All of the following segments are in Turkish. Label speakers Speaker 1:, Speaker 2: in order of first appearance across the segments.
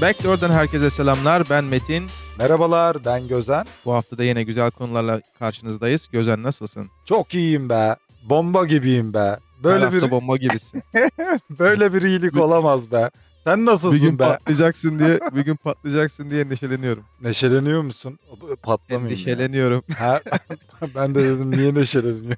Speaker 1: Backdoor'dan herkese selamlar. Ben Metin.
Speaker 2: Merhabalar, ben Gözen.
Speaker 1: Bu hafta da yine güzel konularla karşınızdayız. Gözen nasılsın?
Speaker 2: Çok iyiyim be. Bomba gibiyim be.
Speaker 1: Her
Speaker 2: Böyle
Speaker 1: hafta
Speaker 2: bir
Speaker 1: bomba gibisin.
Speaker 2: böyle bir iyilik
Speaker 1: Bir,
Speaker 2: olamaz be. Sen
Speaker 1: bir gün
Speaker 2: nasılsın be?
Speaker 1: patlayacaksın diye endişeleniyorum.
Speaker 2: Neşeleniyor musun? Patlamayayım ya.
Speaker 1: Endişeleniyorum.
Speaker 2: Ha, ben de dedim niye neşeleniyor?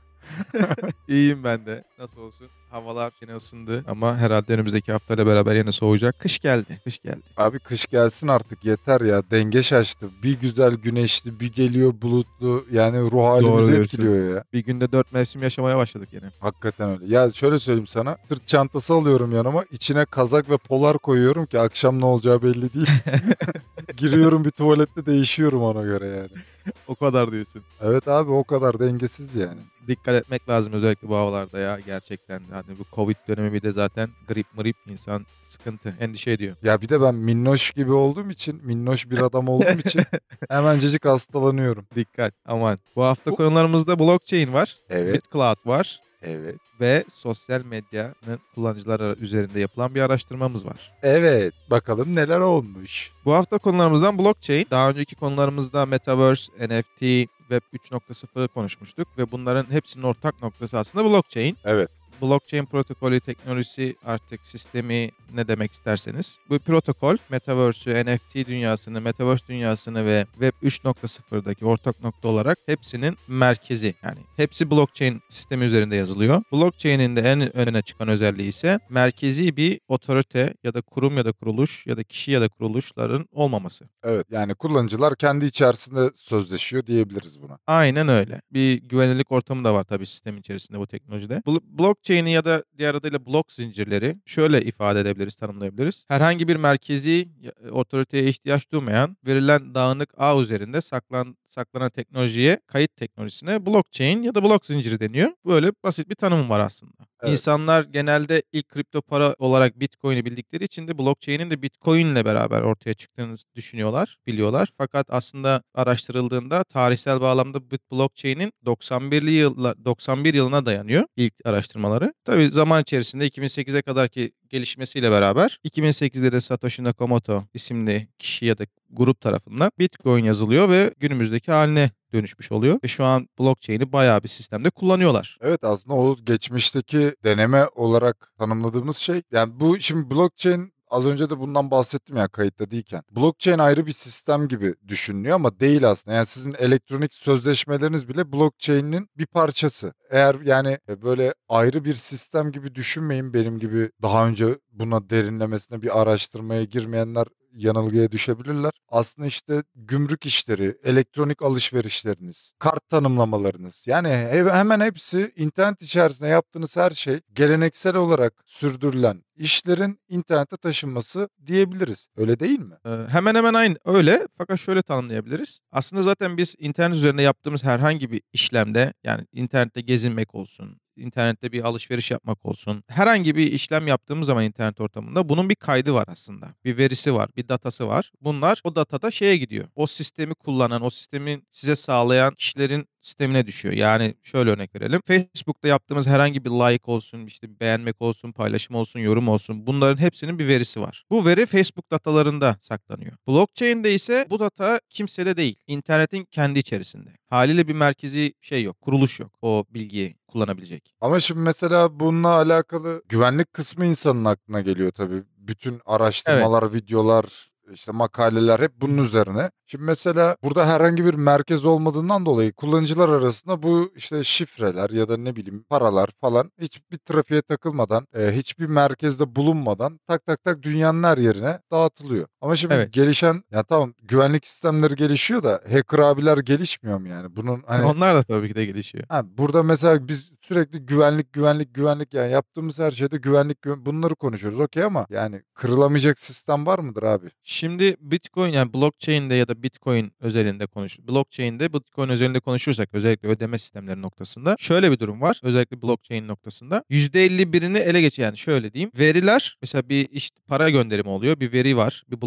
Speaker 1: İyiyim ben de. Nasıl olsun? Havalar yine ısındı ama herhalde önümüzdeki haftayla beraber yine soğuyacak. Kış geldi. Kış geldi.
Speaker 2: Abi kış gelsin artık yeter ya. Denge şaştı. Bir güzel güneşli, bir geliyor bulutlu. Yani ruh
Speaker 1: Doğru
Speaker 2: halimizi
Speaker 1: diyorsun.
Speaker 2: etkiliyor ya.
Speaker 1: Bir günde 4 mevsim yaşamaya başladık yine.
Speaker 2: Hakikaten öyle. Ya şöyle söyleyeyim sana. Sırt çantası alıyorum yanıma. İçine kazak ve polar koyuyorum ki akşam ne olacağı belli değil. Giriyorum bir tuvalette değişiyorum ona göre yani.
Speaker 1: O kadar diyorsun.
Speaker 2: Evet abi o kadar dengesiz yani.
Speaker 1: Dikkat etmek lazım özellikle bu havalarda ya gerçekten. Hani bu Covid dönemi bir de zaten grip insan sıkıntı, endişe ediyor.
Speaker 2: Ya bir de ben minnoş gibi olduğum için, minnoş bir adam olduğum için hemencecik hastalanıyorum.
Speaker 1: Dikkat, aman. Bu hafta
Speaker 2: Bu-
Speaker 1: konularımızda blockchain var,
Speaker 2: Evet,
Speaker 1: BitCloud var
Speaker 2: evet,
Speaker 1: ve sosyal medyanın kullanıcılar üzerinde yapılan bir araştırmamız var.
Speaker 2: evet. Bakalım neler olmuş.
Speaker 1: Bu hafta konularımızdan blockchain. Daha önceki konularımızda Metaverse, NFT, Web 3.0 konuşmuştuk ve bunların hepsinin ortak noktası aslında blockchain.
Speaker 2: Evet,
Speaker 1: Blockchain protokolü, teknolojisi, artık sistemi ne demek isterseniz. Bu protokol Metaverse'ü, NFT dünyasını, Metaverse dünyasını ve Web 3.0'daki ortak nokta olarak hepsinin merkezi. Yani hepsi blockchain sistemi üzerinde yazılıyor. Blockchain'in de en öne çıkan özelliği ise merkezi bir otorite ya da kurum ya da kuruluş ya da kişi ya da kuruluşların olmaması.
Speaker 2: evet. Yani kullanıcılar kendi içerisinde sözleşiyor diyebiliriz buna.
Speaker 1: Aynen öyle. Bir güvenilirlik ortamı da var tabii sistem içerisinde bu teknolojide. Blockchain'i ya da diğer adıyla blok zincirleri şöyle ifade edebiliriz, tanımlayabiliriz. Herhangi bir merkezi otoriteye ihtiyaç duymayan, verilen dağınık ağ üzerinde saklanan teknolojiye, kayıt teknolojisine blockchain ya da blok zinciri deniyor. Böyle basit bir tanımı var aslında.
Speaker 2: Evet.
Speaker 1: İnsanlar genelde ilk kripto para olarak Bitcoin'i bildikleri için de blockchain'in de Bitcoin'le beraber ortaya çıktığını düşünüyorlar, biliyorlar. Fakat aslında araştırıldığında tarihsel bağlamda blockchain'in 91 yılına dayanıyor ilk araştırmaları. Tabii zaman içerisinde 2008'e kadarki gelişmesiyle beraber 2008'de de Satoshi Nakamoto isimli kişi ya da grup tarafından Bitcoin yazılıyor ve günümüzdeki haline dönüşmüş oluyor. Ve şu an blockchain'i bayağı bir sistemde kullanıyorlar.
Speaker 2: Evet aslında o geçmişteki deneme olarak tanımladığımız şey. Yani bu şimdi blockchain az önce de bundan bahsettim ya kayıtta değilken. Blockchain ayrı bir sistem gibi düşünülüyor ama değil aslında. Yani sizin elektronik sözleşmeleriniz bile blockchain'in bir parçası. Eğer yani böyle ayrı bir sistem gibi düşünmeyin benim gibi daha önce buna derinlemesine bir araştırmaya girmeyenler yanılgıya düşebilirler. Aslında işte gümrük işleri, elektronik alışverişleriniz, kart tanımlamalarınız yani hemen hepsi internet içerisinde yaptığınız her şey geleneksel olarak sürdürülen işlerin internete taşınması diyebiliriz. Öyle değil mi?
Speaker 1: Hemen hemen aynı öyle fakat şöyle tanımlayabiliriz. Aslında zaten biz internet üzerinde yaptığımız herhangi bir işlemde yani internette gezinmek olsun, internette bir alışveriş yapmak olsun. Herhangi bir işlem yaptığımız zaman internet ortamında bunun bir kaydı var aslında. Bir verisi var, bir datası var. Bunlar o datada şeye gidiyor. O sistemi kullanan, o sistemin size sağlayan kişilerin sistemine düşüyor. Yani şöyle örnek verelim. Facebook'ta yaptığımız herhangi bir like olsun, işte beğenmek olsun, paylaşım olsun, yorum olsun. Bunların hepsinin bir verisi var. Bu veri Facebook datalarında saklanıyor. Blockchain'de ise bu data kimsede değil. İnternetin kendi içerisinde. Haliyle bir merkezi şey yok, kuruluş yok o bilgiyi kullanabilecek.
Speaker 2: Ama şimdi mesela bununla alakalı güvenlik kısmı insanın aklına geliyor tabii. Bütün
Speaker 1: Evet.
Speaker 2: araştırmalar, videolar, işte makaleler hep bunun üzerine. Şimdi mesela burada herhangi bir merkez olmadığından dolayı kullanıcılar arasında bu işte şifreler ya da ne bileyim paralar falan hiçbir trafiğe takılmadan, hiçbir merkezde bulunmadan tak tak tak dünyanın her yerine dağıtılıyor. Ama şimdi
Speaker 1: Evet.
Speaker 2: gelişen ya tamam güvenlik sistemleri gelişiyor da hacker abiler gelişmiyor mu yani? Bunun hani
Speaker 1: Onlar da tabii ki de gelişiyor.
Speaker 2: burada mesela biz sürekli güvenlik yani yaptığımız her şeyde bunları konuşuyoruz okey ama yani kırılamayacak sistem var mıdır abi?
Speaker 1: Şimdi Bitcoin yani blockchain'de ya da Bitcoin özelinde blockchain'de Bitcoin özelinde konuşursak özellikle ödeme sistemleri noktasında şöyle bir durum var. Özellikle blockchain noktasında %51'ini ele geçiyor. Yani şöyle diyeyim. Veriler mesela bir işte para gönderimi oluyor. Bir veri var. Bir blok.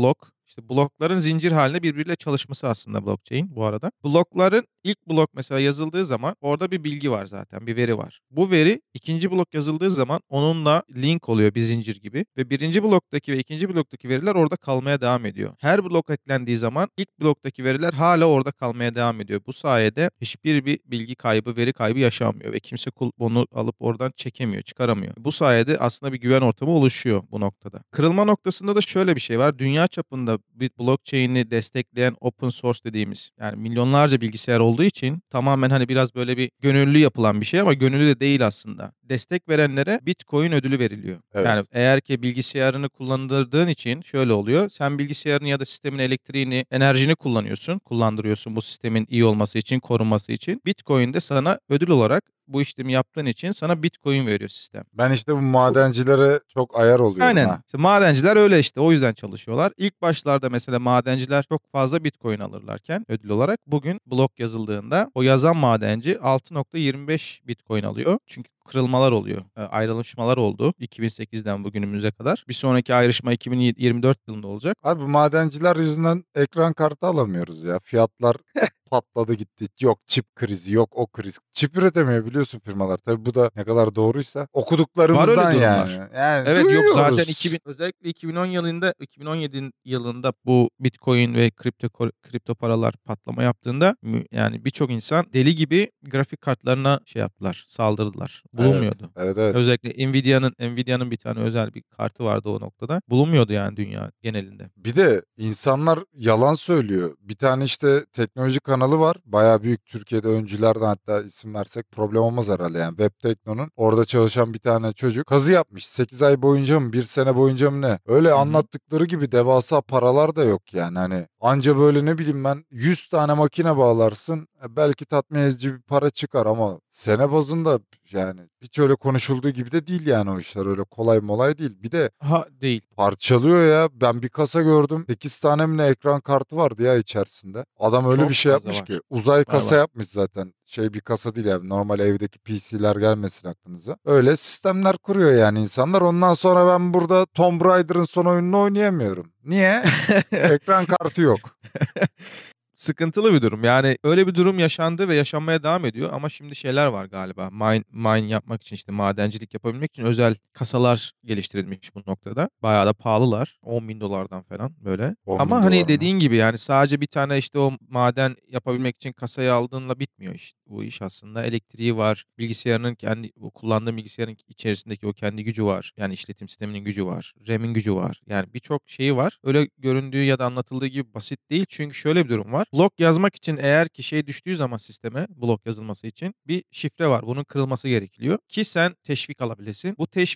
Speaker 1: İşte blokların zincir halinde birbiriyle çalışması aslında blockchain bu arada. Blokların ilk blok mesela yazıldığı zaman orada bir bilgi var zaten, bir veri var. Bu veri ikinci blok yazıldığı zaman onunla link oluyor bir zincir gibi ve birinci bloktaki ve ikinci bloktaki veriler orada kalmaya devam ediyor. Her blok eklendiği zaman ilk bloktaki veriler hala orada kalmaya devam ediyor. Bu sayede hiçbir bir bilgi kaybı, veri kaybı yaşanmıyor ve kimse bunu alıp oradan çekemiyor, çıkaramıyor. Bu sayede aslında bir güven ortamı oluşuyor bu noktada. Kırılma noktasında da şöyle bir şey var. Dünya çapında bir blockchain'i destekleyen open source dediğimiz yani milyonlarca bilgisayar olduğu için tamamen hani biraz böyle bir gönüllü yapılan bir şey ama gönüllü de değil aslında. Destek verenlere Bitcoin ödülü veriliyor.
Speaker 2: Evet.
Speaker 1: Yani eğer ki bilgisayarını kullandırdığın için şöyle oluyor. Sen bilgisayarını ya da sistemin elektriğini, enerjini kullandırıyorsun bu sistemin iyi olması için, korunması için. Bitcoin de sana ödül olarak bu işlemi yaptığın için sana Bitcoin veriyor sistem.
Speaker 2: Ben işte bu madencilere çok ayar oluyorum
Speaker 1: Aynen.
Speaker 2: ha.
Speaker 1: İşte madenciler öyle işte. O yüzden çalışıyorlar. İlk başlarda mesela madenciler çok fazla Bitcoin alırlarken ödül olarak bugün blok yazıldığında o yazan madenci 6,25 Bitcoin alıyor. Çünkü kırılmalar oluyor. Ayrılışmalar oldu 2008'den bugünümüze kadar. Bir sonraki ayrışma 2024 yılında olacak.
Speaker 2: Abi bu madenciler yüzünden ekran kartı alamıyoruz ya. Fiyatlar patladı gitti. Yok çip krizi, yok o kriz. Çip üretemiyor biliyorsun firmalar. Tabii bu da ne kadar doğruysa.
Speaker 1: Var öyle
Speaker 2: Okuduklarımızdan yani.
Speaker 1: durumlar.
Speaker 2: Yani
Speaker 1: Evet yok zaten
Speaker 2: duyuyoruz.
Speaker 1: özellikle 2010 yılında 2017 yılında bu Bitcoin ve kripto paralar patlama yaptığında yani birçok insan deli gibi grafik kartlarına şey yaptılar, saldırdılar.
Speaker 2: Evet,
Speaker 1: Bulunmuyordu.
Speaker 2: evet, evet.
Speaker 1: Özellikle Nvidia'nın bir tane özel bir kartı vardı o noktada. Bulunmuyordu yani dünya genelinde.
Speaker 2: Bir de insanlar yalan söylüyor. Bir tane işte teknoloji kanalı var. Bayağı büyük Türkiye'de öncülerden hatta isim versek problem olmaz herhalde yani. Web Tekno'nun orada çalışan bir tane çocuk kazı yapmış. 8 ay boyunca mı 1 sene boyunca mı ne? Öyle
Speaker 1: Hı hı.
Speaker 2: anlattıkları gibi devasa paralar da yok yani. Hani anca böyle ne bileyim ben 100 tane makine bağlarsın. Belki tatmin edici bir para çıkar ama sene bazında yani hiç öyle konuşulduğu gibi de değil yani o işler öyle kolay molay değil. Bir de
Speaker 1: Ha değil.
Speaker 2: parçalıyor ya. Ben bir kasa gördüm. 8 tane mi ne ekran kartı vardı ya içerisinde. Adam öyle bir
Speaker 1: Çok
Speaker 2: şey
Speaker 1: fazla
Speaker 2: yapmış ki.
Speaker 1: var.
Speaker 2: Uzay
Speaker 1: Var
Speaker 2: kasa
Speaker 1: var.
Speaker 2: yapmış zaten. Şey bir kasa değil yani. Normal evdeki PC'ler gelmesin aklınıza. Öyle sistemler kuruyor yani insanlar. Ondan sonra ben burada Tomb Raider'ın son oyununu oynayamıyorum. Niye? Ekran kartı yok.
Speaker 1: Sıkıntılı bir durum. Yani öyle bir durum yaşandı ve yaşanmaya devam ediyor ama şimdi şeyler var galiba. Mine yapmak için işte madencilik yapabilmek için özel kasalar geliştirilmiş bu noktada. Bayağı da pahalılar. 10 bin dolardan falan böyle.
Speaker 2: 10
Speaker 1: Ama
Speaker 2: bin dolar
Speaker 1: hani
Speaker 2: mı?
Speaker 1: dediğin gibi yani sadece bir tane işte o maden yapabilmek için kasayı aldığınla bitmiyor işte. Bu iş aslında elektriği var. Bilgisayarının kendi bu kullandığın bilgisayarın içerisindeki o kendi gücü var. Yani işletim sisteminin gücü var. RAM'in gücü var. Yani birçok şeyi var. Öyle göründüğü ya da anlatıldığı gibi basit değil. Çünkü şöyle bir durum var. Blok yazmak için eğer ki şey düştüğü zaman sisteme blok yazılması için bir şifre var. Bunun kırılması gerekiyor ki sen teşvik alabilesin.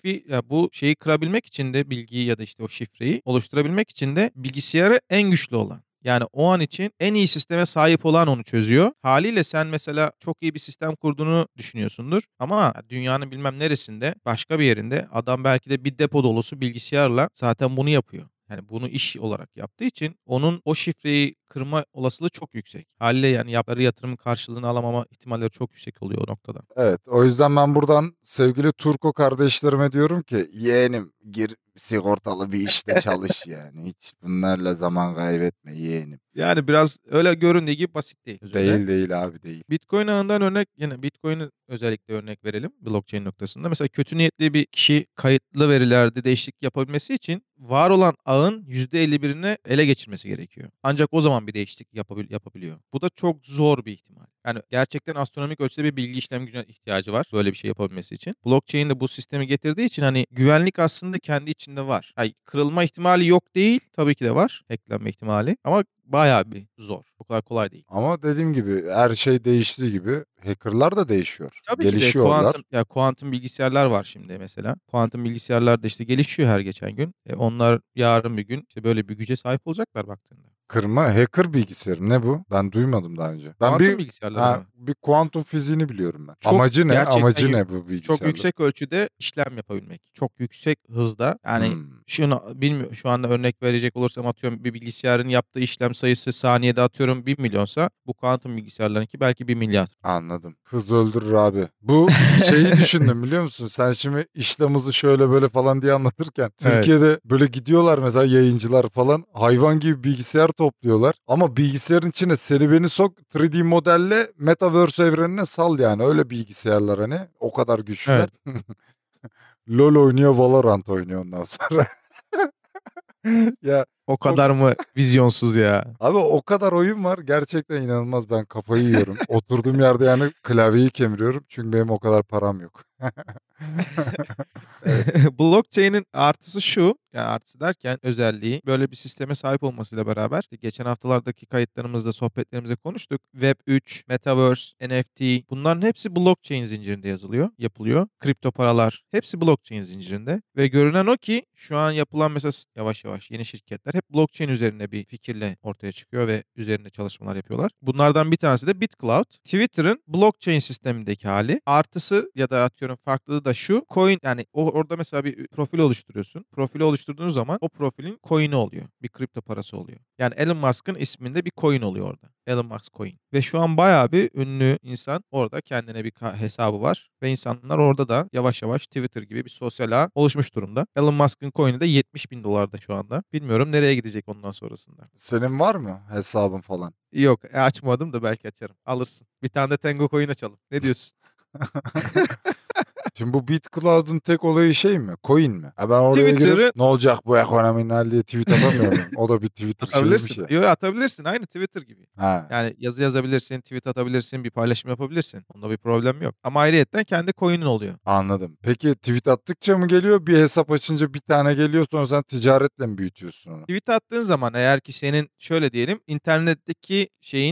Speaker 1: Bu şeyi kırabilmek için de bilgiyi ya da işte o şifreyi oluşturabilmek için de bilgisayarı en güçlü olan. Yani o an için en iyi sisteme sahip olan onu çözüyor. Haliyle sen mesela çok iyi bir sistem kurduğunu düşünüyorsundur. Ama dünyanın bilmem neresinde, başka bir yerinde adam belki de bir depo dolusu bilgisayarla zaten bunu yapıyor. Yani bunu iş olarak yaptığı için onun o şifreyi kırma olasılığı çok yüksek. Haliyle yani yaptığı yatırımın karşılığını alamama ihtimalleri çok yüksek oluyor o noktada.
Speaker 2: Evet, o yüzden ben buradan sevgili Turko kardeşlerime diyorum ki yeğenim gir sigortalı bir işte çalış yani. Hiç bunlarla zaman kaybetme yeğenim.
Speaker 1: Yani biraz öyle göründüğü gibi basit değil özünde.
Speaker 2: Değil değil abi değil.
Speaker 1: Bitcoin ağından yine Bitcoin'i özellikle örnek verelim blockchain noktasında. Mesela kötü niyetli bir kişi kayıtlı verilerde değişiklik yapabilmesi için var olan ağın %51'ini ele geçirmesi gerekiyor. Ancak o zaman bir değişiklik yapabiliyor. Bu da çok zor bir ihtimal. Yani gerçekten astronomik ölçüde bir bilgi işlem gücüne ihtiyacı var böyle bir şey yapabilmesi için. Blockchain de bu sistemi getirdiği için hani güvenlik aslında kendi içinde var. Yani kırılma ihtimali yok değil. Tabii ki de var. Hacklenme ihtimali. Ama bayağı bir zor. O kadar kolay değil.
Speaker 2: Ama dediğim gibi her şey değiştiği gibi hackerlar da değişiyor.
Speaker 1: Tabii ki de
Speaker 2: Gelişiyorlar.
Speaker 1: kuantum bilgisayarlar var şimdi mesela. Kuantum bilgisayarlar da işte gelişiyor her geçen gün. Onlar yarın bir gün işte böyle bir güce sahip olacaklar baktığında.
Speaker 2: Kırma hacker bilgisayarı ne bu? Ben duymadım daha önce. Ben
Speaker 1: Kuantum bilgisayarlar ama.
Speaker 2: bir kuantum fiziğini biliyorum ben.
Speaker 1: Çok
Speaker 2: Amacı ne?
Speaker 1: gerçekten
Speaker 2: Amacı ne bu
Speaker 1: çok
Speaker 2: bilgisayarların?
Speaker 1: yüksek ölçüde işlem yapabilmek. Çok yüksek hızda yani
Speaker 2: Hmm.
Speaker 1: şunu bilmiyorum şu anda örnek verecek olursam atıyorum bir bilgisayarın yaptığı işlem sayısı saniyede atıyorum 1.000.000'sa bu kuantum bilgisayarlarınki belki 1.000.000.000.
Speaker 2: Anladım. Hız öldürür abi. Bu şeyi düşündüm biliyor musun? Sen şimdi işlem hızı şöyle böyle falan diye anlatırken
Speaker 1: Evet.
Speaker 2: Türkiye'de böyle gidiyorlar mesela yayıncılar falan hayvan gibi bilgisayar topluyorlar. Ama bilgisayarın içine serüveni sok 3D modelle Metaverse evrenine sal yani. Öyle bilgisayarlar hani o kadar güçlüler.
Speaker 1: Evet.
Speaker 2: LoL oynuyor, Valorant oynuyor ondan sonra. Ya
Speaker 1: O
Speaker 2: o
Speaker 1: kadar mı vizyonsuz ya?
Speaker 2: Abi o kadar oyun var. Gerçekten inanılmaz. Ben kafayı yiyorum. Oturduğum yerde yani klavyeyi kemiriyorum. Çünkü benim o kadar param yok. Evet.
Speaker 1: Blockchain'in artısı şu, yani artısı derken özelliği böyle bir sisteme sahip olmasıyla beraber geçen haftalardaki kayıtlarımızda, sohbetlerimizde konuştuk. Web 3, Metaverse, NFT bunların hepsi blockchain zincirinde yapılıyor. Kripto paralar hepsi blockchain zincirinde ve görünen o ki şu an yapılan mesela yavaş yavaş yeni şirketler hep blockchain üzerine bir fikirle ortaya çıkıyor ve üzerinde çalışmalar yapıyorlar. Bunlardan bir tanesi de BitCloud. Twitter'ın blockchain sistemindeki hali. Artısı ya da atıyorum farklılığı da şu. Coin yani orada mesela bir profil oluşturuyorsun. Profili oluşturduğun zaman o profilin coin'i oluyor. Bir kripto parası oluyor. Yani Elon Musk'ın isminde bir coin oluyor orada. Elon Musk coin. Ve şu an bayağı bir ünlü insan orada kendine bir hesabı var. Ve insanlar orada da yavaş yavaş Twitter gibi bir sosyal ağ oluşmuş durumda. Elon Musk'ın coin'i de 70 bin dolarda şu anda. Bilmiyorum nereye gidecek ondan sonrasında.
Speaker 2: Senin var mı hesabın falan?
Speaker 1: Yok açmadım da belki açarım. Alırsın. Bir tane de Tango coin açalım. Ne diyorsun?
Speaker 2: Şimdi bu BitCloud'un tek olayı şey mi? Coin mi? Ha ben oraya girip
Speaker 1: Twitter'ı
Speaker 2: ne olacak bu ekonominin hali diye tweet atamıyor muyum? O da bir Twitter şeymiş
Speaker 1: atabilirsin.
Speaker 2: ya.
Speaker 1: Yok atabilirsin. Aynı Twitter gibi.
Speaker 2: Ha,
Speaker 1: Yani yazı yazabilirsin, tweet atabilirsin, bir paylaşım yapabilirsin. Onda bir problem yok. Ama ayrıyetten kendi coin'in oluyor.
Speaker 2: anladım. Peki tweet attıkça mı geliyor? Bir hesap açınca bir tane geliyor sonra sen ticaretle mi büyütüyorsun onu?
Speaker 1: Tweet attığın zaman eğer ki senin şöyle diyelim internetteki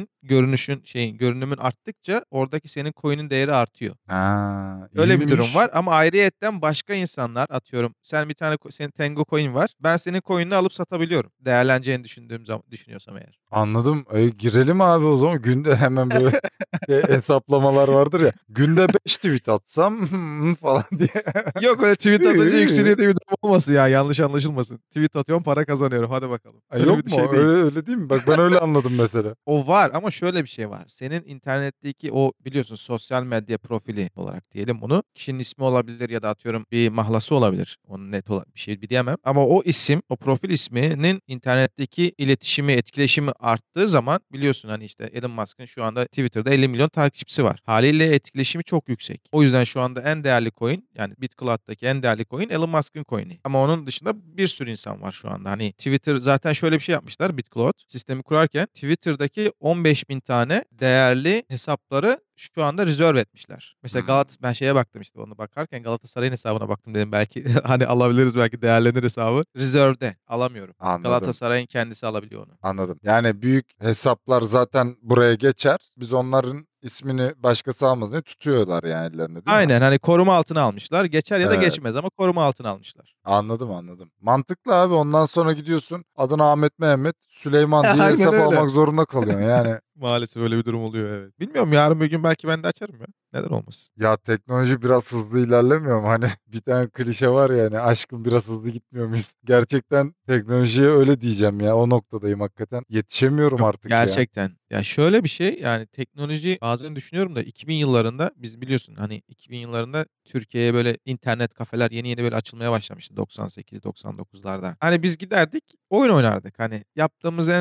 Speaker 1: görünümün arttıkça oradaki senin coin'in değeri artıyor.
Speaker 2: Ha,
Speaker 1: Öyle bir durum
Speaker 2: iyiymiş.
Speaker 1: var ama ayrıyetten başka insanlar atıyorum sen bir tane senin Tango coin var. Ben senin coin'ini alıp satabiliyorum. Değerleneceğini düşünüyorsam eğer.
Speaker 2: Anladım. Girelim abi o zaman. Günde hemen böyle hesaplamalar vardır ya. Günde 5 tweet atsam falan diye.
Speaker 1: Yok öyle tweet atınca yükseliyor diye bir durum olmasın ya. Yanlış anlaşılmasın. Tweet atıyorum para kazanıyorum. Hadi bakalım.
Speaker 2: Ay,
Speaker 1: Öyle
Speaker 2: yok
Speaker 1: bir
Speaker 2: mu?
Speaker 1: şey değil.
Speaker 2: Öyle değil mi? Bak ben öyle anladım mesela.
Speaker 1: O var ama şöyle bir şey var. Senin internetteki o biliyorsun sosyal medya profili olarak diyelim bunu. Kişinin ismi olabilir ya da atıyorum bir mahlası olabilir. Onun net olarak bir şey diyemem. Ama o isim, o profil isminin internetteki iletişimi, etkileşimi arttığı zaman biliyorsun hani işte Elon Musk'ın şu anda Twitter'da 50 milyon takipçisi var. Haliyle etkileşimi çok yüksek. O yüzden şu anda en değerli coin yani BitCloud'daki en değerli coin Elon Musk'ın coin'i. Ama onun dışında bir sürü insan var şu anda. Hani Twitter zaten şöyle bir şey yapmışlar BitCloud sistemi kurarken Twitter'daki 15 bin tane değerli hesapları şu anda rezerv etmişler. Mesela
Speaker 2: Hmm,
Speaker 1: ben şeye baktım işte onu bakarken Galatasaray'ın hesabına baktım dedim belki hani alabiliriz belki değerlenir hesabı. Rezervde alamıyorum.
Speaker 2: anladım.
Speaker 1: Galatasaray'ın kendisi alabiliyor onu.
Speaker 2: Anladım. Yani büyük hesaplar zaten buraya geçer. Biz onların ismini başkası almasın diye tutuyorlar yani ellerinde değil mi?
Speaker 1: Aynen hani koruma altına almışlar. Geçer ya da
Speaker 2: Evet.
Speaker 1: geçmez ama koruma altına almışlar.
Speaker 2: Anladım anladım. Mantıklı abi. Ondan sonra gidiyorsun adına Ahmet Mehmet Süleyman diye
Speaker 1: Aynen
Speaker 2: hesap
Speaker 1: öyle.
Speaker 2: almak zorunda kalıyorsun. Yani
Speaker 1: Maalesef öyle bir durum oluyor evet. Bilmiyorum yarın bir gün belki ben de açarım ya. Neden olmasın?
Speaker 2: ya teknoloji biraz hızlı ilerlemiyor mu? Hani bir tane klişe var ya hani aşkım biraz hızlı gitmiyor muyuz? Gerçekten teknolojiye öyle diyeceğim ya. O noktadayım hakikaten. Yetişemiyorum
Speaker 1: Yok
Speaker 2: artık ya.
Speaker 1: gerçekten. Ya şöyle bir şey yani teknoloji bazen düşünüyorum da 2000 yıllarında biz biliyorsun hani 2000 yıllarında Türkiye'ye böyle internet kafeler yeni yeni böyle açılmaya başlamıştı 98-99'larda. Hani biz giderdik oyun oynardık. Hani yaptığımız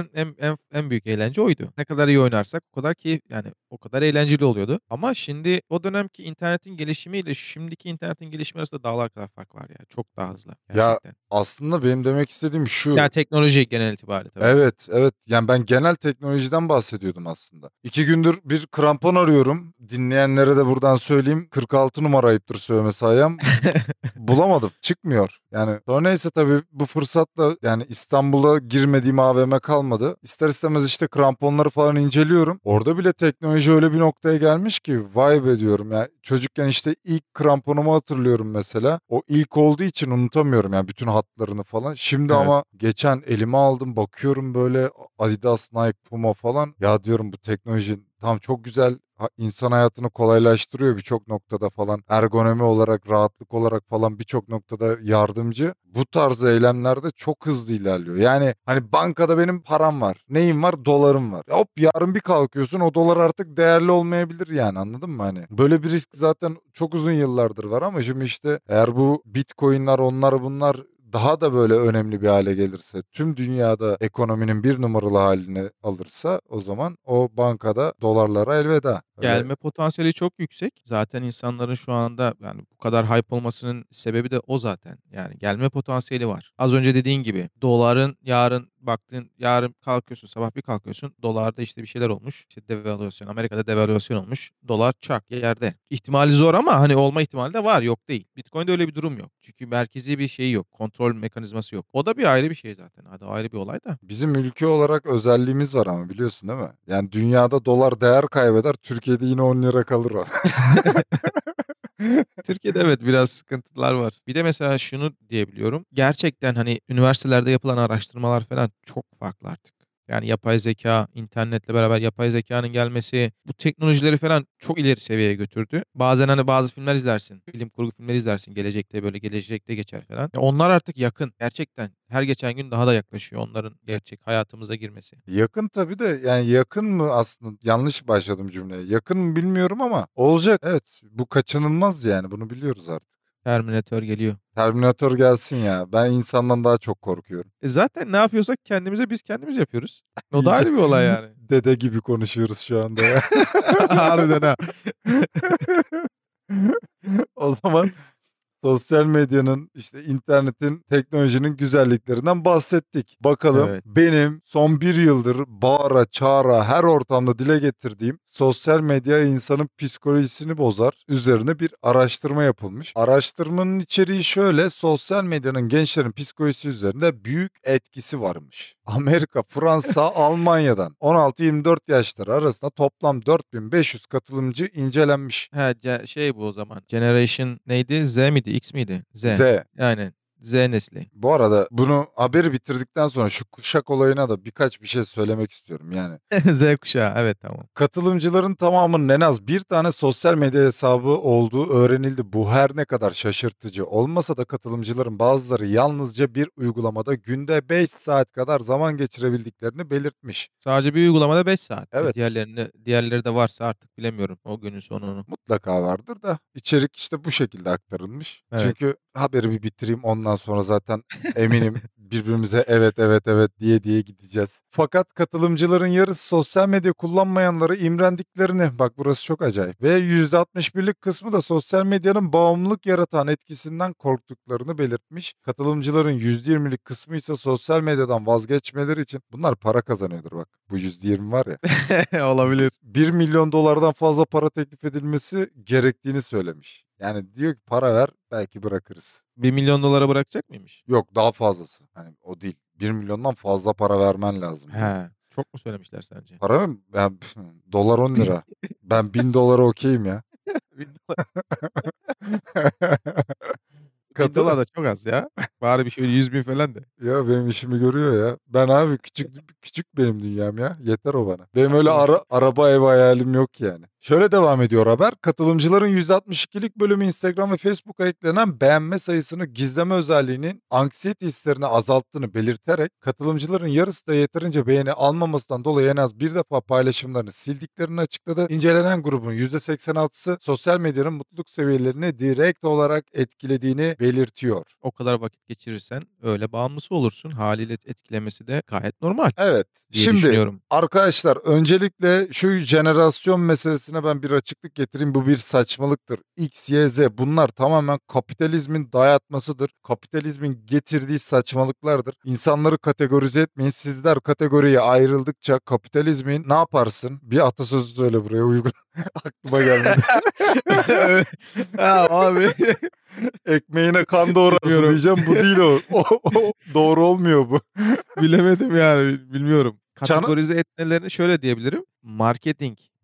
Speaker 1: en büyük eğlence oydu. Ne kadar iyi oynarsak o kadar keyif yani o kadar eğlenceli oluyordu. Ama şimdi o dönemki internetin gelişimiyle şimdiki internetin gelişimi arasında dağlar kadar fark var ya. Çok daha hızlı
Speaker 2: Ya
Speaker 1: gerçekten.
Speaker 2: aslında benim demek istediğim
Speaker 1: Yani
Speaker 2: şu.
Speaker 1: teknoloji genel itibariyle tabii.
Speaker 2: Evet, evet. Yani ben genel teknolojiden bahsediyordum aslında. 2 gündür bir krampon arıyorum. Dinleyenlere de buradan söyleyeyim. 46 numara ayıptır söylemesi ayağım. Bulamadım. Çıkmıyor. Yani sonra neyse tabii bu fırsatla yani İstanbul'a girmediğim AVM kalmadı. İster istemez işte kramponları falan inceliyorum. Orada bile teknoloji öyle bir noktaya gelmiş ki vay be diyorum. Yani çocukken işte ilk kramponumu hatırlıyorum mesela. O ilk olduğu için unutamıyorum yani bütün hatlarını falan. Şimdi
Speaker 1: Evet.
Speaker 2: ama geçen elime aldım bakıyorum böyle Adidas, Nike, Puma falan. Ya diyorum bu teknoloji tam çok güzel insan hayatını kolaylaştırıyor birçok noktada falan. Ergonomi olarak, rahatlık olarak falan birçok noktada yardımcı. Bu tarz eylemlerde çok hızlı ilerliyor. Yani hani bankada benim param var. Neyim var? Dolarım var. Hop yarın bir kalkıyorsun o dolar artık değerli olmayabilir yani, anladın mı hani? Böyle bir risk zaten çok uzun yıllardır var ama şimdi işte eğer bu Bitcoin'ler onlar bunlar daha da böyle önemli bir hale gelirse, tüm dünyada ekonominin bir numaralı haline alırsa o zaman o bankada dolarlara elveda. Öyle
Speaker 1: Gelme potansiyeli çok yüksek. Zaten insanların şu anda, yani, bu kadar hype olmasının sebebi de o zaten. Yani gelme potansiyeli var. Az önce dediğin gibi doların yarın baktın, yarın kalkıyorsun, sabah bir kalkıyorsun, dolarda, işte, bir şeyler olmuş. İşte, devalüasyon, Amerika'da devalüasyon olmuş. Dolar çak yerde. İhtimali zor ama, hani, olma ihtimali de var, yok değil. Bitcoin'de öyle bir durum yok. Çünkü merkezi bir şeyi yok, kontrol mekanizması yok. O da bir ayrı bir şey zaten. O da ayrı bir olay da.
Speaker 2: bizim ülke olarak özelliğimiz var ama biliyorsun değil mi? Yani dünyada dolar değer kaybeder, Türkiye'de yine 10 lira kalır o.
Speaker 1: Türkiye'de evet, biraz sıkıntılar var. Bir de mesela şunu diyebiliyorum. Gerçekten, hani, üniversitelerde yapılan araştırmalar falan çok farklı artık. Yani yapay zekâ, internetle beraber yapay zekânın gelmesi bu teknolojileri falan çok ileri seviyeye götürdü. Bazen, hani, bazı filmler izlersin, bilim kurgu filmleri izlersin, gelecekte, böyle, gelecekte geçer falan. Onlar artık yakın. Gerçekten her geçen gün daha da yaklaşıyor onların gerçek hayatımıza girmesi.
Speaker 2: Yakın tabii de yani yakın mı aslında, yanlış başladım cümleye. Yakın mı bilmiyorum ama olacak. Evet, bu kaçınılmaz yani, bunu biliyoruz artık.
Speaker 1: Terminator geliyor.
Speaker 2: Terminator gelsin ya. Ben insandan daha çok korkuyorum.
Speaker 1: Zaten ne yapıyorsak kendimize biz kendimiz yapıyoruz. O da
Speaker 2: İyice
Speaker 1: ayrı bir olay yani.
Speaker 2: dede gibi konuşuyoruz şu anda ya.
Speaker 1: Harbiden ha.
Speaker 2: O zaman sosyal medyanın, işte internetin, teknolojinin güzelliklerinden bahsettik. Bakalım
Speaker 1: Evet.
Speaker 2: benim son bir yıldır bağıra çağıra her ortamda dile getirdiğim sosyal medya insanın psikolojisini bozar üzerine bir araştırma yapılmış. Araştırmanın içeriği şöyle: sosyal medyanın gençlerin psikolojisi üzerinde büyük etkisi varmış. Amerika, Fransa, Almanya'dan 16-24 yaşları arasında toplam 4500 katılımcı incelenmiş.
Speaker 1: He, şey bu o zaman. Generation neydi? Z miydi? X miydi? Z.
Speaker 2: Z.
Speaker 1: Aynen. Z nesli.
Speaker 2: Bu arada bunu haberi bitirdikten sonra şu kuşak olayına da birkaç bir şey söylemek istiyorum yani.
Speaker 1: Z kuşağı. Evet, tamam.
Speaker 2: Katılımcıların tamamının en az bir tane sosyal medya hesabı olduğu öğrenildi. Bu her ne kadar şaşırtıcı olmasa da katılımcıların bazıları yalnızca bir uygulamada günde 5 saat kadar zaman geçirebildiklerini belirtmiş.
Speaker 1: Sadece bir uygulamada 5 saat.
Speaker 2: Evet,
Speaker 1: Diğerleri de varsa artık bilemiyorum o günün sonunu.
Speaker 2: mutlaka vardır da içerik işte bu şekilde aktarılmış.
Speaker 1: Evet.
Speaker 2: Çünkü haberi bir bitireyim, ondan sonra zaten eminim birbirimize evet evet evet diye diye gideceğiz. Fakat katılımcıların yarısı sosyal medya kullanmayanları imrendiklerini, bak burası çok acayip, ve %61'lik kısmı da sosyal medyanın bağımlılık yaratan etkisinden korktuklarını belirtmiş. Katılımcıların %20'lik kısmı ise sosyal medyadan vazgeçmeleri için, bunlar para kazanıyordur bak, bu %20 var ya,
Speaker 1: Olabilir.
Speaker 2: 1 milyon dolardan fazla para teklif edilmesi gerektiğini söylemiş. Yani diyor ki para ver belki bırakırız.
Speaker 1: 1 milyon dolara bırakacak mıymış?
Speaker 2: Yok, daha fazlası. Hani o değil. 1 milyondan fazla para vermen lazım diyor.
Speaker 1: He. Çok mu söylemişler sence?
Speaker 2: Para mı? Yani, dolar 10 lira. Ben 1000 dolara okeyim ya.
Speaker 1: 1.000 dolar. bin
Speaker 2: Katı
Speaker 1: dolar da çok az ya. Bari bir şöyle 100.000 falan de.
Speaker 2: Ya benim işimi görüyor ya. Ben abi küçük küçük benim dünyam ya. Yeter o bana. Benim öyle
Speaker 1: Tamam.
Speaker 2: araba ev hayalim yok yani. Şöyle devam ediyor haber. Katılımcıların %62'lik bölümü Instagram ve Facebook'a eklenen beğenme sayısını gizleme özelliğinin anksiyete hislerini azalttığını belirterek, katılımcıların yarısı da yeterince beğeni almamasından dolayı en az bir defa paylaşımlarını sildiklerini açıkladı. İncelenen grubun %86'sı sosyal medyanın mutluluk seviyelerini direkt olarak etkilediğini belirtiyor.
Speaker 1: O kadar vakit geçirirsen öyle bağımlısı olursun. Hâliyle etkilemesi de gayet normal
Speaker 2: Evet.
Speaker 1: diye
Speaker 2: Şimdi
Speaker 1: düşünüyorum.
Speaker 2: arkadaşlar, öncelikle şu jenerasyon meselesine ben bir açıklık getireyim. Bu bir saçmalıktır. X, Y, Z bunlar tamamen kapitalizmin dayatmasıdır. Kapitalizmin getirdiği saçmalıklardır. İnsanları kategorize etmeyin. Sizler kategoriye ayrıldıkça kapitalizmin ne yaparsın? Bir atasözü söyle buraya uygun. Aklıma gelmedi.
Speaker 1: Evet. Ha, abi.
Speaker 2: Ekmeğine kan doğrarsın
Speaker 1: Bilmiyorum.
Speaker 2: diyeceğim. Bu değil o. O doğru olmuyor bu.
Speaker 1: Bilemedim yani, bilmiyorum.
Speaker 2: Çana...
Speaker 1: Kategorize etmelerini şöyle diyebilirim. Marketing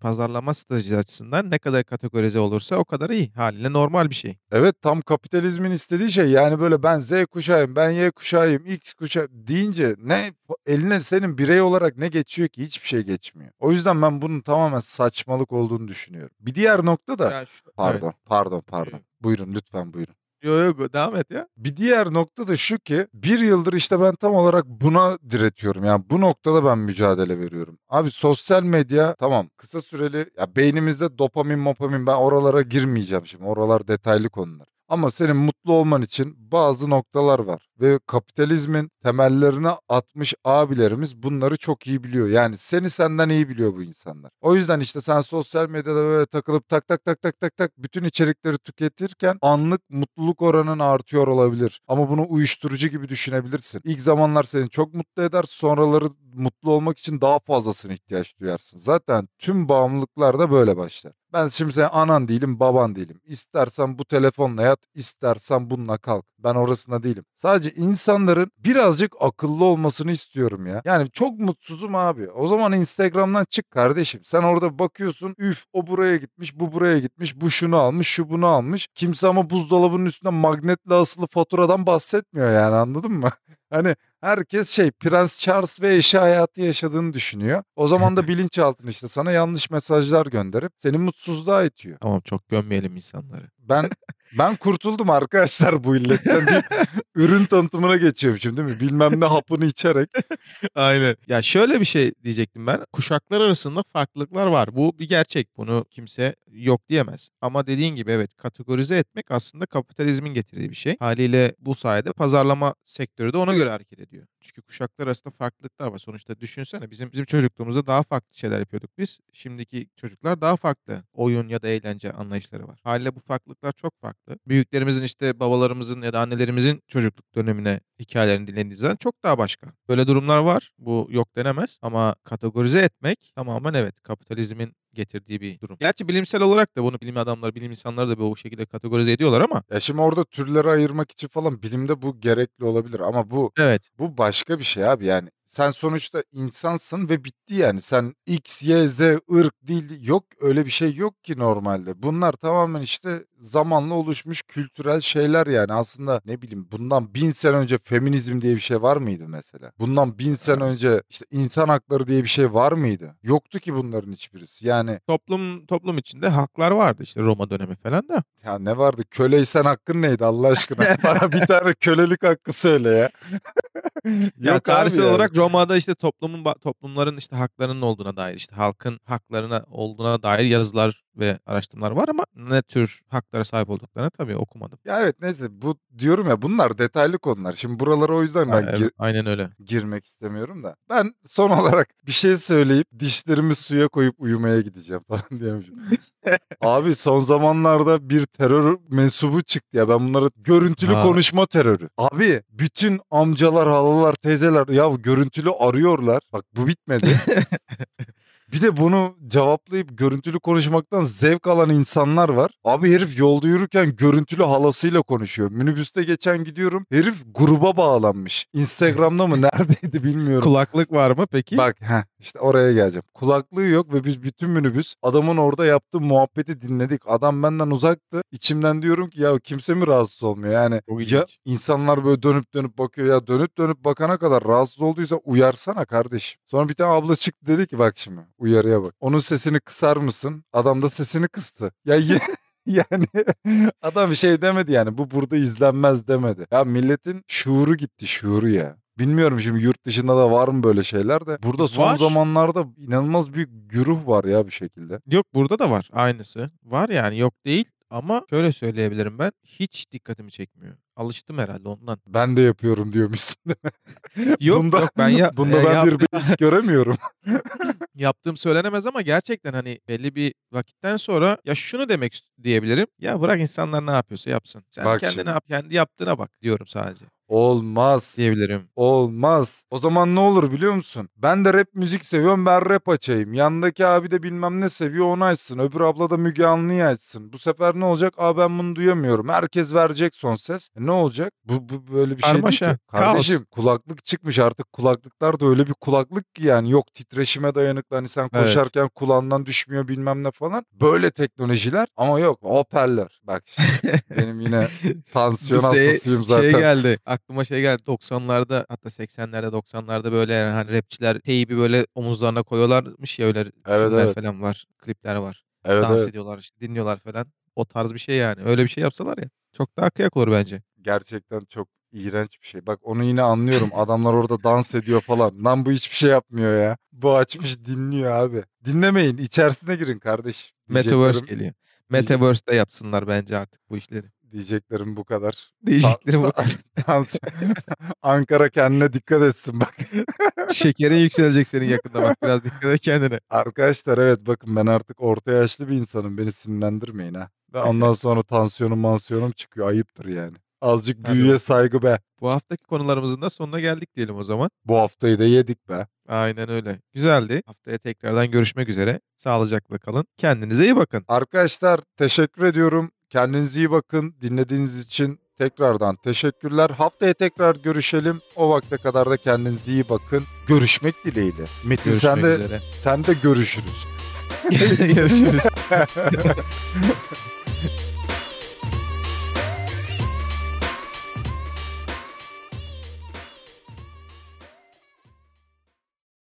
Speaker 1: pazarlama stratejisi açısından ne kadar kategorize olursa o kadar iyi. Hâliyle normal bir şey.
Speaker 2: Evet, tam kapitalizmin istediği şey. Yani böyle ben Z kuşağıyım, ben Y kuşağıyım, X kuşağı deyince eline senin birey olarak ne geçiyor ki? Hiçbir şey geçmiyor. O yüzden ben bunun tamamen saçmalık olduğunu düşünüyorum. Bir diğer nokta da
Speaker 1: Ya evet.
Speaker 2: pardon. Buyurun, lütfen buyurun.
Speaker 1: Yo, yo, devam et ya.
Speaker 2: Bir diğer nokta da şu ki bir yıldır işte ben tam olarak buna diretiyorum. Yani bu noktada ben mücadele veriyorum. Abi sosyal medya tamam kısa süreli ya beynimizde dopamin mopamin ben oralara girmeyeceğim şimdi. Oralar detaylı konular. Ama senin mutlu olman için bazı noktalar var. Ve kapitalizmin temellerine atmış abilerimiz bunları çok iyi biliyor. Yani seni senden iyi biliyor bu insanlar. O yüzden işte sen sosyal medyada böyle takılıp tak tak tak tak tak tak bütün içerikleri tüketirken anlık mutluluk oranın artıyor olabilir. Ama bunu uyuşturucu gibi düşünebilirsin. İlk zamanlar seni çok mutlu eder, sonraları mutlu olmak için daha fazlasına ihtiyaç duyarsın. Zaten tüm bağımlılıklar da böyle başlar. Ben şimdi senin anan değilim, baban değilim. İstersen bu telefonla yat, istersen bununla kalk. Ben orasında değilim. Sadece insanların birazcık akıllı olmasını istiyorum ya. Yani çok mutsuzum abi. O zaman Instagram'dan çık kardeşim. Sen orada bakıyorsun, üf o buraya gitmiş, bu buraya gitmiş, bu şunu almış, şu bunu almış. Kimse ama buzdolabının üstünde magnetle asılı faturadan bahsetmiyor yani, anladın mı? Hani herkes Prens Charles ve eşi hayatı yaşadığını düşünüyor. O zaman da bilinçaltın işte sana yanlış mesajlar gönderip seni mutsuzluğa itiyor.
Speaker 1: Tamam, çok gömmeyelim insanları.
Speaker 2: Ben kurtuldum arkadaşlar bu illetten deyip ürün tanıtımına geçiyorum şimdi, değil mi? Bilmem ne hapını içerek.
Speaker 1: Aynen. Ya şöyle bir şey diyecektim ben. Kuşaklar arasında farklılıklar var. Bu bir gerçek. Bunu kimse yok diyemez. Ama dediğin gibi evet, kategorize etmek aslında kapitalizmin getirdiği bir şey. Haliyle bu sayede pazarlama sektörü de ona göre hareket ediyor. Çünkü kuşaklar arasında farklılıklar var. Sonuçta düşünsene bizim çocukluğumuzda daha farklı şeyler yapıyorduk biz. Şimdiki çocuklar daha farklı oyun ya da eğlence anlayışları var. Haliyle bu farklılıklar çok farklı. Büyüklerimizin işte babalarımızın ya da annelerimizin çocukluk dönemine hikâyelerini dinlediğiniz zaman çok daha başka. Böyle durumlar var. Bu yok denemez ama kategorize etmek tamamen evet, kapitalizmin getirdiği bir durum. Gerçi bilimsel olarak da bunu bilim adamları, bilim insanları da bu şekilde kategorize ediyorlar ama
Speaker 2: Ya şimdi orada türleri ayırmak için falan bilimde bu gerekli olabilir ama bu
Speaker 1: evet.
Speaker 2: bu başka bir şey abi yani. Sen sonuçta insansın ve bitti yani. Sen X, Y, Z, ırk, dil yok, öyle bir şey yok ki normalde. Bunlar tamamen işte zamanla oluşmuş kültürel şeyler yani. Aslında ne bileyim bundan 1000 sene önce feminizm diye bir şey var mıydı mesela? Bundan 1000 sene
Speaker 1: Aaa,
Speaker 2: önce işte insan hakları diye bir şey var mıydı? Yoktu ki bunların hiçbirisi. Yani
Speaker 1: toplum içinde haklar vardı işte Roma dönemi falan da.
Speaker 2: ya ne vardı? Köleysen hakkın neydi Allah aşkına? Bana bir tane kölelik hakkı söyle ya.
Speaker 1: Ya
Speaker 2: Yok abi
Speaker 1: tarihsel
Speaker 2: yani.
Speaker 1: olarak Roma'da işte toplumların işte haklarının olduğuna dair, işte halkın haklarına olduğuna dair yazılar ve araştırmalar var ama ne tür haklara sahip olduklarını tabii okumadım.
Speaker 2: Ya evet neyse bu diyorum ya bunlar detaylı konular. Şimdi buralara o yüzden ben
Speaker 1: Aynen öyle.
Speaker 2: girmek istemiyorum da. Ben son olarak bir şey söyleyip dişlerimi suya koyup uyumaya gideceğim falan diyormuşum. Abi son zamanlarda bir terör mensubu çıktı ya. Ben bunlara görüntülü
Speaker 1: Ha.
Speaker 2: konuşma terörü. Abi bütün amcalar, halalar, teyzeler ya görüntülü arıyorlar. Bak bu bitmedi. Bir de bunu cevaplayıp görüntülü konuşmaktan zevk alan insanlar var. Abi herif yolda yürürken görüntülü halasıyla konuşuyor. Minibüste geçen gidiyorum. Herif gruba bağlanmış. Instagram'da mı neredeydi bilmiyorum.
Speaker 1: Kulaklık var mı peki?
Speaker 2: Bak işte oraya geleceğim. Kulaklığı yok ve biz bütün minibüs adamın orada yaptığı muhabbeti dinledik. Adam benden uzaktı. İçimden diyorum ki ya kimse mi rahatsız olmuyor? Yani
Speaker 1: Çok
Speaker 2: ya
Speaker 1: ilginç.
Speaker 2: insanlar böyle dönüp dönüp bakıyor ya dönüp dönüp bakana kadar rahatsız olduysa uyarsana kardeşim. Sonra bir tane abla çıktı dedi ki bak şimdi uyarıya bak. Onun sesini kısar mısın? Adam da sesini kıstı. Yani adam bir şey demedi yani bu burada izlenmez demedi. Ya milletin şuuru gitti şuuru ya. Bilmiyorum şimdi yurt dışında da var mı böyle şeyler de. Burada son
Speaker 1: Var.
Speaker 2: zamanlarda inanılmaz büyük güruh var ya bir şekilde.
Speaker 1: Yok, burada da var aynısı. Var yani, yok değil ama şöyle söyleyebilirim ben, hiç dikkatimi çekmiyor. Alıştım herhâlde ondan.
Speaker 2: Ben de yapıyorum diyormuşsun değil mi?
Speaker 1: Yok,
Speaker 2: Bunda,
Speaker 1: yok,
Speaker 2: bunda ben bir beis göremiyorum.
Speaker 1: yaptığım söylenemez ama gerçekten, hani, belli bir vakitten sonra ya şunu diyebilirim: "Ya bırak insanlar ne yapıyorsa yapsın. Sen
Speaker 2: Bak
Speaker 1: kendine
Speaker 2: şimdi.
Speaker 1: yap, kendi yaptığına bak." diyorum sadece.
Speaker 2: Olmaz.
Speaker 1: diyebilirim.
Speaker 2: Olmaz. O zaman ne olur biliyor musun? Ben de rap müzik seviyorum, ben rap açayım. Yandaki abi de bilmem ne seviyor, onu açsın. Öbür abla da Müge Anlı'yı açsın. Bu sefer ne olacak? Ben bunu duyamıyorum. Herkes verecek son ses. Ne olacak? Bu böyle bir şey değil ki.
Speaker 1: Karmaşa, kaos.
Speaker 2: Kardeşim kulaklık çıkmış artık, kulaklıklar da öyle bir kulaklık ki yani yok titreşime dayanıklı, hani sen
Speaker 1: Evet.
Speaker 2: koşarken kulağından düşmüyor bilmem ne falan. Böyle teknolojiler ama yok hoparlör. Bak şimdi benim yine tansiyon
Speaker 1: Bu
Speaker 2: hastasıyım
Speaker 1: şey
Speaker 2: zaten.
Speaker 1: geldi. Aklıma şey geldi. 90'larda hatta 80'lerde 90'larda böyle yani hani rapçiler teybi böyle omuzlarına koyuyorlarmış ya öyle
Speaker 2: Evet
Speaker 1: filmler
Speaker 2: evet.
Speaker 1: falan var. Klipler var.
Speaker 2: Evet
Speaker 1: Dans
Speaker 2: evet.
Speaker 1: ediyorlar işte dinliyorlar falan. O tarz bir şey yani. Öyle bir şey yapsalar ya. Çok daha kıyak olur bence.
Speaker 2: Gerçekten çok iğrenç bir şey. Bak onu yine anlıyorum. Adamlar orada dans ediyor falan. Lan bu hiçbir şey yapmıyor ya. Bu açmış dinliyor abi. Dinlemeyin. İçerisine girin kardeş.
Speaker 1: Metaverse
Speaker 2: Diyeceklerim
Speaker 1: geliyor.
Speaker 2: diye-
Speaker 1: Metaverse'de yapsınlar bence artık bu işleri.
Speaker 2: diyeceklerim bu kadar. Ta,
Speaker 1: Diyeceklerim bu
Speaker 2: ta,
Speaker 1: kadar.
Speaker 2: Ankara kendine dikkat etsin bak.
Speaker 1: Şekerin yükselecek senin yakında bak. Biraz dikkat et kendine.
Speaker 2: Arkadaşlar evet bakın ben artık orta yaşlı bir insanım. Beni sinirlendirmeyin ha. Ve ondan sonra tansiyonum mansiyonum çıkıyor. Ayıptır yani. Azıcık
Speaker 1: Hadi
Speaker 2: büyüye
Speaker 1: bakalım.
Speaker 2: saygı be.
Speaker 1: Bu haftaki konularımızın da sonuna geldik diyelim o zaman.
Speaker 2: Bu haftayı da yedik be.
Speaker 1: Aynen öyle. Güzeldi. Haftaya tekrardan görüşmek üzere. Sağlıcakla kalın. Kendinize iyi bakın.
Speaker 2: Arkadaşlar teşekkür ediyorum. Kendinize iyi bakın. Dinlediğiniz için tekrardan teşekkürler. Haftaya tekrar görüşelim. O vakte kadar da kendinize iyi bakın. Görüşmek dileğiyle. Metin
Speaker 1: Görüşmek üzere.
Speaker 2: sen de görüşürüz.
Speaker 1: Görüşürüz.